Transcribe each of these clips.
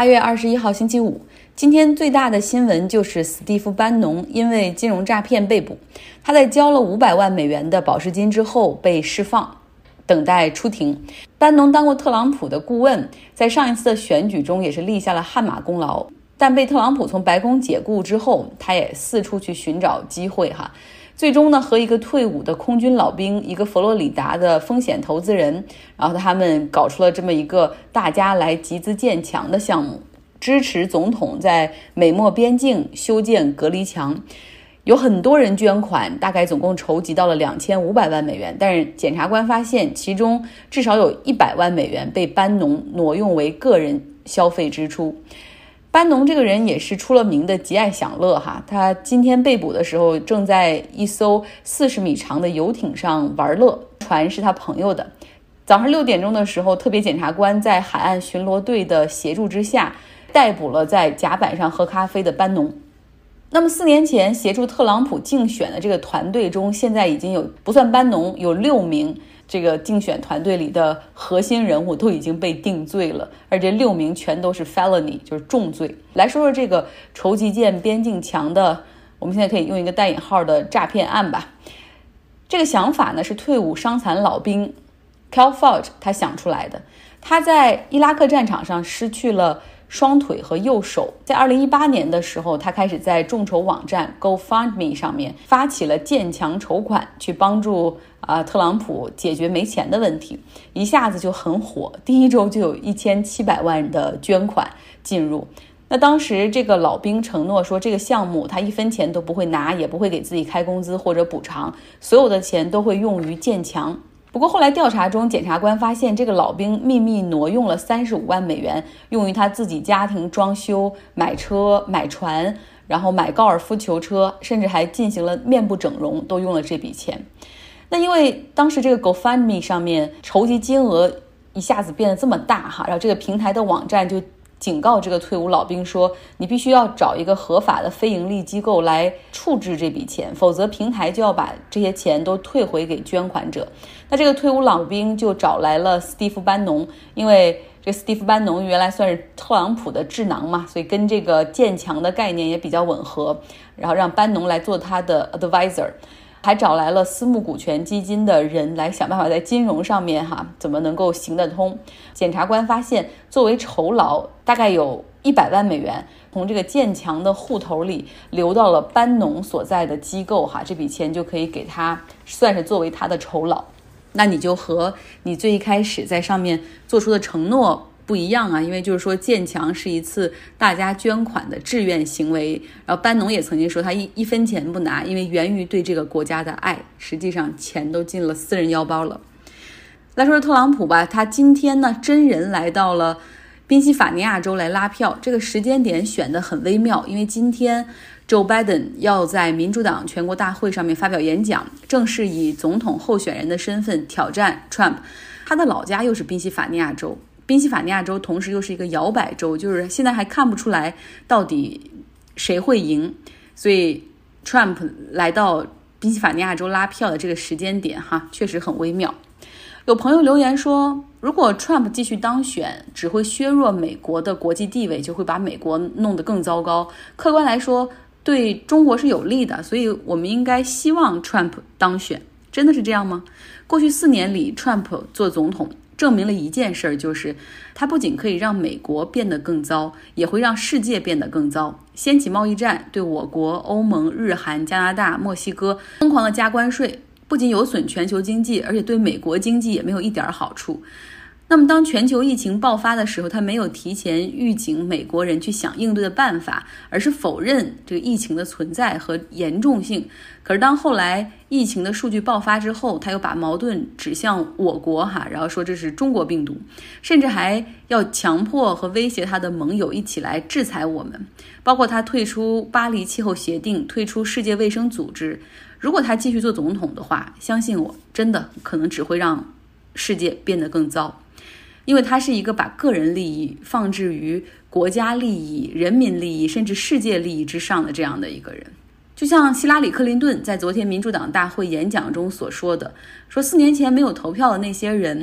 8月21号星期五，今天最大的新闻就是史蒂夫·班农因为金融诈骗被捕。他在交了500万美元的保释金之后被释放，等待出庭。班农当过特朗普的顾问，在上一次的选举中也是立下了汗马功劳。但被特朗普从白宫解雇之后，他也四处去寻找机会最终呢，和一个退伍的空军老兵，一个佛罗里达的风险投资人，然后他们搞出了这么一个大家来集资建墙的项目，支持总统在美墨边境修建隔离墙。有很多人捐款，大概总共筹集到了2500万美元，但是检察官发现其中至少有100万美元被班农挪用为个人消费支出。班农这个人也是出了名的极爱享乐他今天被捕的时候正在一艘40米长的游艇上玩乐，船是他朋友的。早上6点钟的时候，特别检察官在海岸巡逻队的协助之下逮捕了在甲板上喝咖啡的班农。那么4年前协助特朗普竞选的这个团队中，现在已经有不算班农有6名这个竞选团队里的核心人物都已经被定罪了，而这6名全都是 felony， 就是重罪。来说说这个筹集建边境墙的，我们现在可以用一个带引号的诈骗案吧。这个想法呢是退伍伤残老兵 Cal Fudge 他想出来的。他在伊拉克战场上失去了双腿和右手，在2018年的时候，他开始在众筹网站 GoFundMe 上面发起了建墙筹款，去帮助特朗普解决没钱的问题，一下子就很火，第一周就有1700万的捐款进入。那当时这个老兵承诺说，这个项目他1分钱都不会拿，也不会给自己开工资或者补偿，所有的钱都会用于建墙。不过后来调查中，检察官发现这个老兵秘密挪用了35万美元，用于他自己家庭装修、买车、买船，然后买高尔夫球车，甚至还进行了面部整容，都用了这笔钱。那因为当时这个 GoFundMe 上面筹集金额一下子变得这么大然后这个平台的网站就警告这个退伍老兵说，你必须要找一个合法的非盈利机构来处置这笔钱，否则平台就要把这些钱都退回给捐款者。那这个退伍老兵就找来了史蒂夫·班农，因为这史蒂夫·班农原来算是特朗普的智囊嘛，所以跟这个建墙的概念也比较吻合，然后让班农来做他的 advisor。还找来了私募股权基金的人来想办法在金融上面怎么能够行得通。检察官发现，作为酬劳大概有100万美元从这个建墙的户头里流到了班农所在的机构这笔钱就可以给他算是作为他的酬劳。那你就和你最一开始在上面做出的承诺不一样因为就是说建墙是一次大家捐款的志愿行为，然后班农也曾经说他一分钱不拿，因为源于对这个国家的爱，实际上钱都进了私人腰包了。来说说特朗普吧，他今天呢真人来到了宾夕法尼亚州来拉票，这个时间点选得很微妙，因为今天Joe Biden 要在民主党全国大会上面发表演讲，正式以总统候选人的身份挑战 Trump。 他的老家又是宾夕法尼亚州，宾夕法尼亚州同时又是一个摇摆州，就是现在还看不出来到底谁会赢，所以 Trump 来到宾夕法尼亚州拉票的这个时间点确实很微妙。有朋友留言说，如果 Trump 继续当选，只会削弱美国的国际地位，就会把美国弄得更糟糕。客观来说，对中国是有利的，所以我们应该希望 Trump 当选。真的是这样吗？过去4年里 Trump 做总统证明了一件事，就是他不仅可以让美国变得更糟，也会让世界变得更糟。掀起贸易战，对我国、欧盟、日韩、加拿大、墨西哥疯狂的加关税，不仅有损全球经济，而且对美国经济也没有一点好处。那么当全球疫情爆发的时候，他没有提前预警美国人去想应对的办法，而是否认这个疫情的存在和严重性。可是当后来疫情的数据爆发之后，他又把矛盾指向我国然后说这是中国病毒，甚至还要强迫和威胁他的盟友一起来制裁我们，包括他退出巴黎气候协定，退出世界卫生组织。如果他继续做总统的话，相信我，真的可能只会让世界变得更糟。因为他是一个把个人利益放置于国家利益、人民利益甚至世界利益之上的这样的一个人。就像希拉里·克林顿在昨天民主党大会演讲中所说的，说4年前没有投票的那些人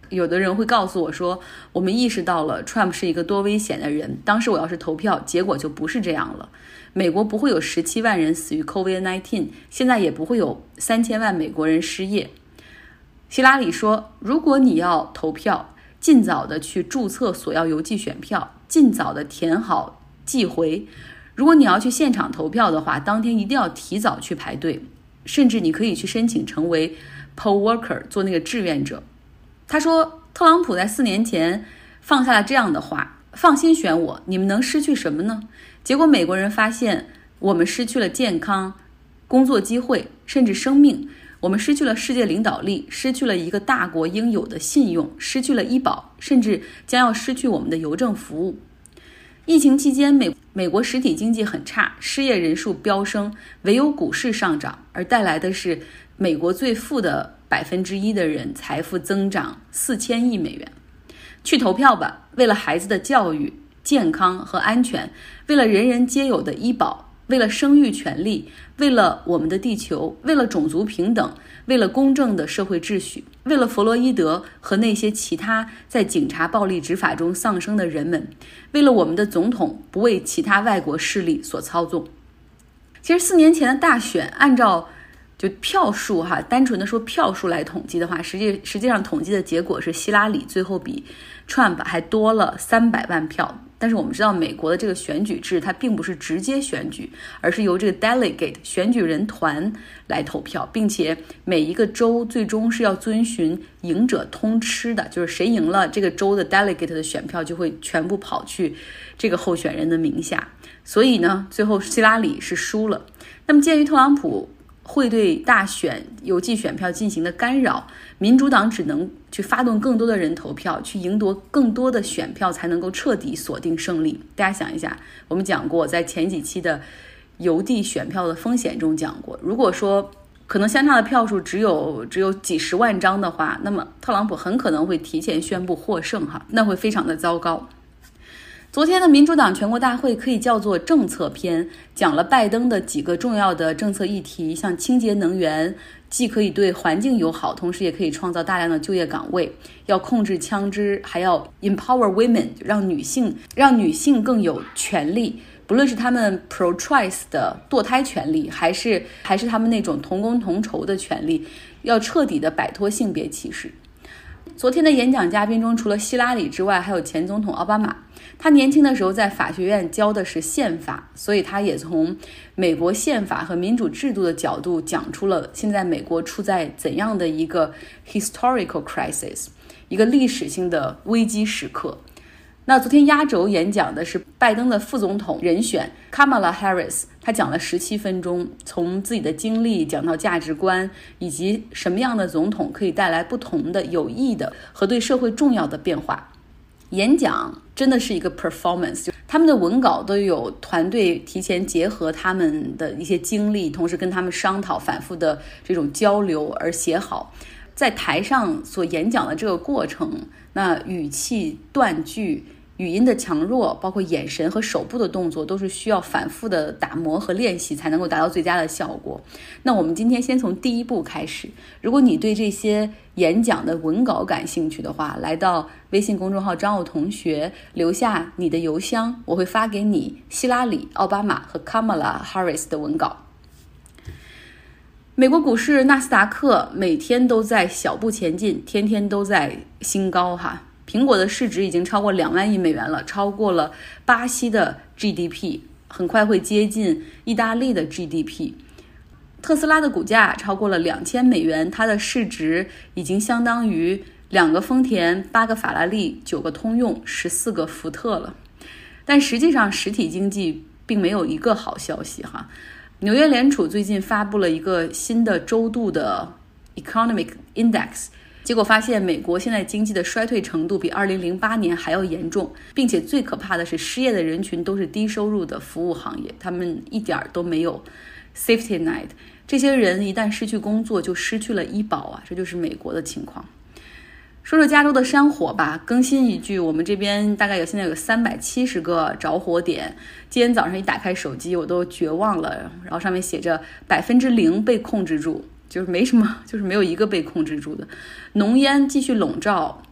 有的人会告诉我说，我们意识到了 Trump 是一个多危险的人，当时我要是投票，结果就不是这样了。美国不会有17万人死于 COVID-19， 现在也不会有3000万美国人失业。希拉里说，如果你要投票，尽早的去注册索要邮寄选票，尽早的填好寄回。如果你要去现场投票的话，当天一定要提早去排队，甚至你可以去申请成为 poll worker， 做那个志愿者。他说，特朗普在4年前放下了这样的话，放心选我，你们能失去什么呢？结果美国人发现，我们失去了健康、工作机会，甚至生命。我们失去了世界领导力，失去了一个大国应有的信用，失去了医保，甚至将要失去我们的邮政服务。疫情期间，美国实体经济很差，失业人数飙升，唯有股市上涨，而带来的是美国最富的1%的人财富增长4000亿美元。去投票吧，为了孩子的教育、健康和安全，为了人人皆有的医保，为了生育权利，为了我们的地球，为了种族平等，为了公正的社会秩序，为了弗洛伊德和那些其他在警察暴力执法中丧生的人们，为了我们的总统不为其他外国势力所操纵。其实4年前的大选，按照就票数单纯的说票数来统计的话，实际上统计的结果是希拉里最后比 Trump 还多了300万票。但是我们知道美国的这个选举制，它并不是直接选举，而是由这个 delegate 选举人团来投票，并且每一个州最终是要遵循赢者通吃的，就是谁赢了这个州的 delegate 的选票就会全部跑去这个候选人的名下。所以呢，最后希拉里是输了。那么鉴于特朗普会对大选邮寄选票进行的干扰，民主党只能去发动更多的人投票，去赢得更多的选票，才能够彻底锁定胜利。大家想一下，我们讲过，在前几期的邮递选票的风险中讲过，如果说可能相差的票数只有几十万张的话，那么特朗普很可能会提前宣布获胜那会非常的糟糕。昨天的民主党全国大会可以叫做政策篇，讲了拜登的几个重要的政策议题，像清洁能源，既可以对环境友好，同时也可以创造大量的就业岗位，要控制枪支，还要 empower women， 让女性更有权利，不论是他们 pro-choice 的堕胎权利，还是他们那种同工同酬的权利，要彻底的摆脱性别歧视。昨天的演讲嘉宾中，除了希拉里之外，还有前总统奥巴马。他年轻的时候在法学院教的是宪法，所以他也从美国宪法和民主制度的角度讲出了现在美国处在怎样的一个 historical crisis， 一个历史性的危机时刻。那昨天压轴演讲的是拜登的副总统人选 Kamala Harris， 他讲了17分钟，从自己的经历讲到价值观，以及什么样的总统可以带来不同的有益的和对社会重要的变化。演讲真的是一个 performance， 他们的文稿都有团队提前结合他们的一些经历，同时跟他们商讨，反复的这种交流而写好。在台上所演讲的这个过程，那语气、断句、语音的强弱，包括眼神和手部的动作，都是需要反复的打磨和练习才能够达到最佳的效果。那我们今天先从第一步开始，如果你对这些演讲的文稿感兴趣的话，来到微信公众号张奥同学，留下你的邮箱，我会发给你希拉里、奥巴马和 Kamala Harris 的文稿。美国股市纳斯达克每天都在小步前进，天天都在新高苹果的市值已经超过2万亿美元了，超过了巴西的 GDP， 很快会接近意大利的 GDP。 特斯拉的股价超过了2000美元，它的市值已经相当于2个丰田、8个法拉利、9个通用、14个福特了。但实际上实体经济并没有一个好消息纽约联储最近发布了一个新的周度的 Economic Index， 结果发现美国现在经济的衰退程度比2008年还要严重，并且最可怕的是失业的人群都是低收入的服务行业，他们一点都没有 safety net， 这些人一旦失去工作就失去了医保这就是美国的情况。说说加州的山火吧，更新一句，我们这边大概现在有370个着火点。今天早上一打开手机，我都绝望了，然后上面写着0%被控制住，就是没什么，就是没有一个被控制住的。浓烟继续笼罩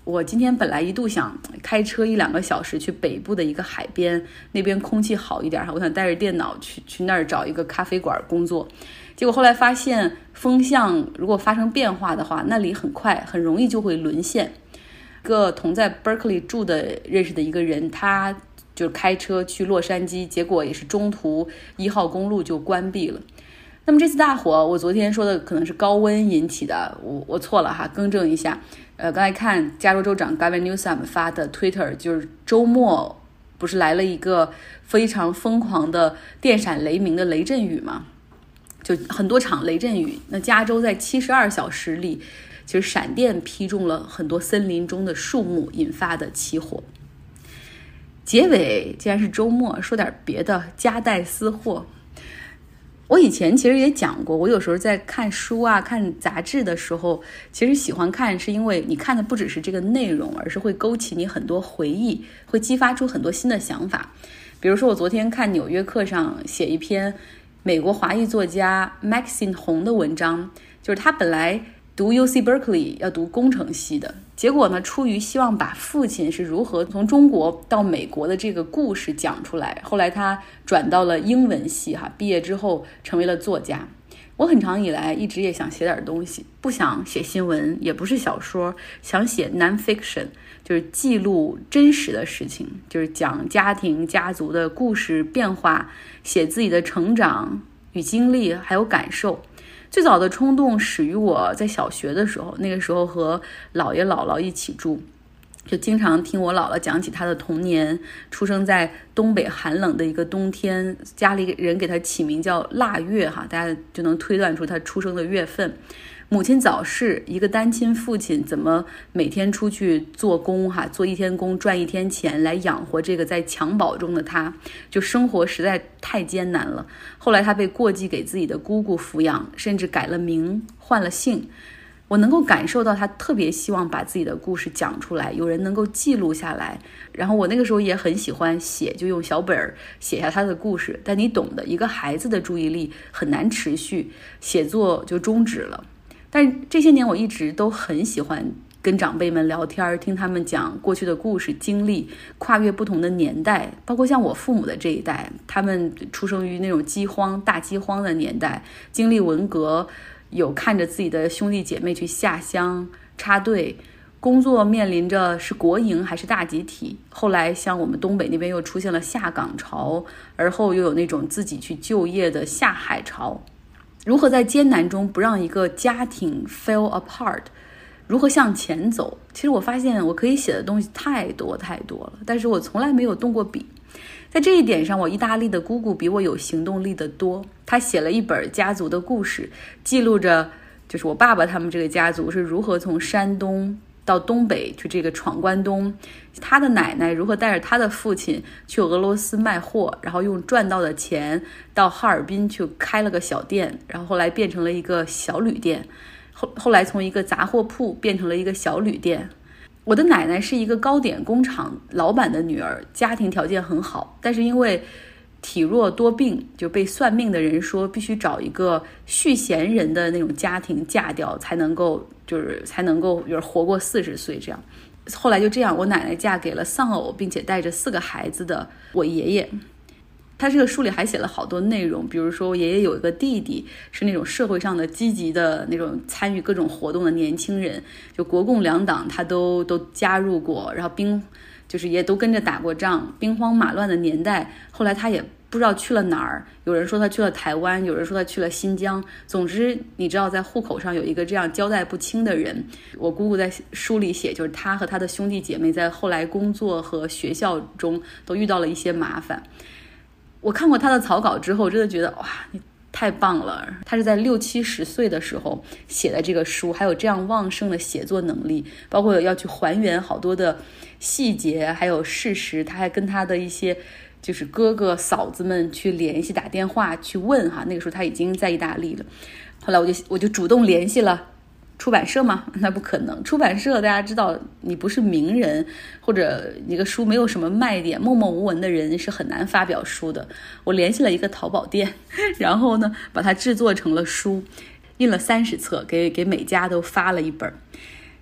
我今天本来一度想开车1-2个小时去北部的一个海边，那边空气好一点，我想带着电脑去那儿找一个咖啡馆工作。结果后来发现风向如果发生变化的话，那里很快很容易就会沦陷。一个同在 Berkeley 住的认识的一个人，他就开车去洛杉矶，结果也是中途1号公路就关闭了。那么这次大火，我昨天说的可能是高温引起的，我错了哈，更正一下。刚才看加州州长 Gavin Newsom 发的 Twitter， 就是周末不是来了一个非常疯狂的电闪雷鸣的雷阵雨嘛，就很多场雷阵雨。那加州在72小时里，其实闪电劈中了很多森林中的树木，引发的起火。结尾既然是周末，说点别的，夹带私货。我以前其实也讲过，我有时候在看书啊、看杂志的时候，其实喜欢看是因为你看的不只是这个内容，而是会勾起你很多回忆，会激发出很多新的想法。比如说我昨天看《纽约客》上写一篇美国华裔作家 Maxine Hong 的文章，就是他本来读 UC Berkeley 要读工程系的，结果呢，出于希望把父亲是如何从中国到美国的这个故事讲出来，后来他转到了英文系毕业之后成为了作家。我很长以来一直也想写点东西，不想写新闻，也不是小说，想写 non-fiction， 就是记录真实的事情，就是讲家庭家族的故事变化，写自己的成长与经历还有感受。最早的冲动始于我在小学的时候，那个时候和姥爷姥姥一起住，就经常听我姥姥讲起她的童年，出生在东北寒冷的一个冬天，家里人给她起名叫腊月大家就能推断出她出生的月份。母亲早逝，一个单亲父亲怎么每天出去做工做1天工赚1天钱来养活这个在襁褓中的他，就生活实在太艰难了。后来他被过继给自己的姑姑抚养，甚至改了名换了姓。我能够感受到他特别希望把自己的故事讲出来，有人能够记录下来。然后我那个时候也很喜欢写，就用小本写下他的故事。但你懂的，一个孩子的注意力很难持续，写作就终止了。但是这些年我一直都很喜欢跟长辈们聊天，听他们讲过去的故事经历，跨越不同的年代，包括像我父母的这一代，他们出生于那种大饥荒的年代，经历文革，有看着自己的兄弟姐妹去下乡插队，工作面临着是国营还是大集体，后来像我们东北那边又出现了下岗潮，而后又有那种自己去就业的下海潮。如何在艰难中不让一个家庭 fall apart， 如何向前走，其实我发现我可以写的东西太多了，但是我从来没有动过笔。在这一点上，我意大利的姑姑比我有行动力的多。她写了一本家族的故事，记录着就是我爸爸他们这个家族是如何从山东到东北去这个闯关东，他的奶奶如何带着他的父亲去俄罗斯卖货，然后用赚到的钱到哈尔滨去开了个小店，然后后来变成了一个小旅店，后来从一个杂货铺变成了一个小旅店。我的奶奶是一个糕点工厂老板的女儿，家庭条件很好，但是因为体弱多病，就被算命的人说必须找一个续弦人的那种家庭嫁掉，才能够活过40岁这样。后来就这样，我奶奶嫁给了丧偶并且带着4个孩子的我爷爷。他这个书里还写了好多内容，比如说我爷爷有一个弟弟是那种社会上的积极的那种参与各种活动的年轻人，就国共两党他都加入过，然后就是也都跟着打过仗，兵荒马乱的年代，后来他也不知道去了哪儿，有人说他去了台湾，有人说他去了新疆，总之你知道在户口上有一个这样交代不清的人。我姑姑在书里写，就是他和他的兄弟姐妹在后来工作和学校中都遇到了一些麻烦。我看过他的草稿之后，真的觉得哇，你太棒了。他是在60、70岁的时候写的这个书，还有这样旺盛的写作能力，包括要去还原好多的细节还有事实。他还跟他的一些就是哥哥嫂子们去联系，打电话去问那个时候他已经在意大利了。后来我就主动联系了出版社吗？那不可能，出版社大家知道，你不是名人或者一个书没有什么卖点，默默无闻的人是很难发表书的。我联系了一个淘宝店，然后呢把它制作成了书，印了30册，给每家都发了一本。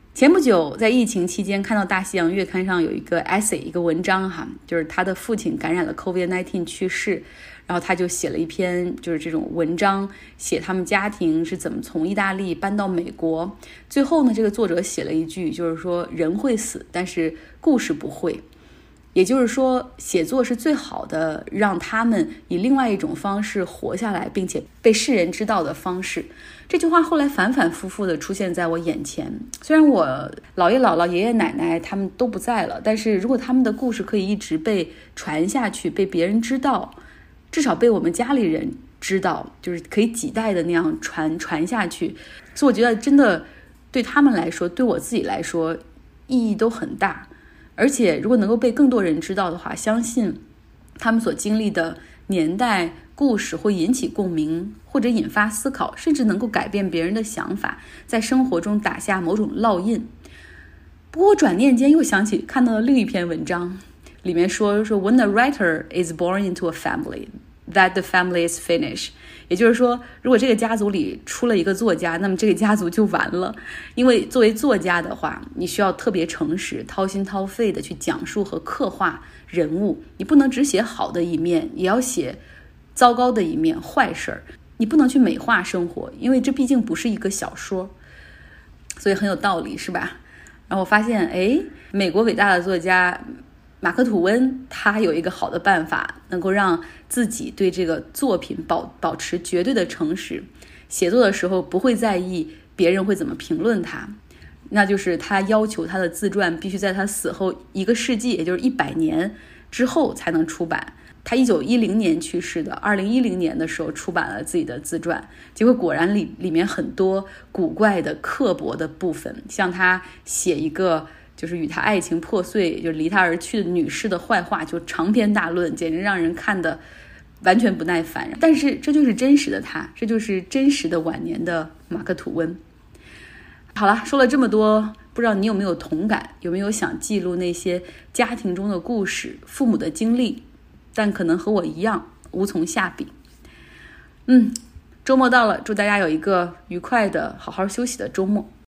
前不久在疫情期间看到大西洋月刊上有一个 essay 一个文章哈，就是他的父亲感染了 COVID-19 去世，然后他就写了一篇就是这种文章，写他们家庭是怎么从意大利搬到美国。最后呢，这个作者写了一句，就是说人会死，但是故事不会。也就是说，写作是最好的让他们以另外一种方式活下来，并且被世人知道的方式。这句话后来反反复复的出现在我眼前。虽然我姥爷姥姥、爷爷奶奶他们都不在了，但是如果他们的故事可以一直被传下去，被别人知道，至少被我们家里人知道，就是可以几代的那样传下去。所以我觉得真的对他们来说，对我自己来说，意义都很大。而且如果能够被更多人知道的话，相信他们所经历的年代故事会引起共鸣，或者引发思考，甚至能够改变别人的想法，在生活中打下某种烙印。不过我转念间又想起看到了另一篇文章，里面说 When a writer is born into a family, that the family is finished。 也就是说，如果这个家族里出了一个作家，那么这个家族就完了。因为作为作家的话，你需要特别诚实、掏心掏肺的去讲述和刻画人物，你不能只写好的一面，也要写糟糕的一面、坏事儿。你不能去美化生活，因为这毕竟不是一个小说，所以很有道理，是吧？然后我发现，美国伟大的作家马克·吐温他有一个好的办法，能够让自己对这个作品保持绝对的诚实，写作的时候不会在意别人会怎么评论他。那就是他要求他的自传必须在他死后1个世纪，也就是100年之后才能出版。他1910年去世的，2010年的时候出版了自己的自传，结果果然里面很多古怪的刻薄的部分，像他写一个就是与他爱情破碎就离他而去的女士的坏话，就长篇大论，简直让人看得完全不耐烦。但是这就是真实的他，这就是真实的晚年的马克·吐温。好了，说了这么多，不知道你有没有同感，有没有想记录那些家庭中的故事、父母的经历，但可能和我一样无从下笔。周末到了，祝大家有一个愉快的好好休息的周末。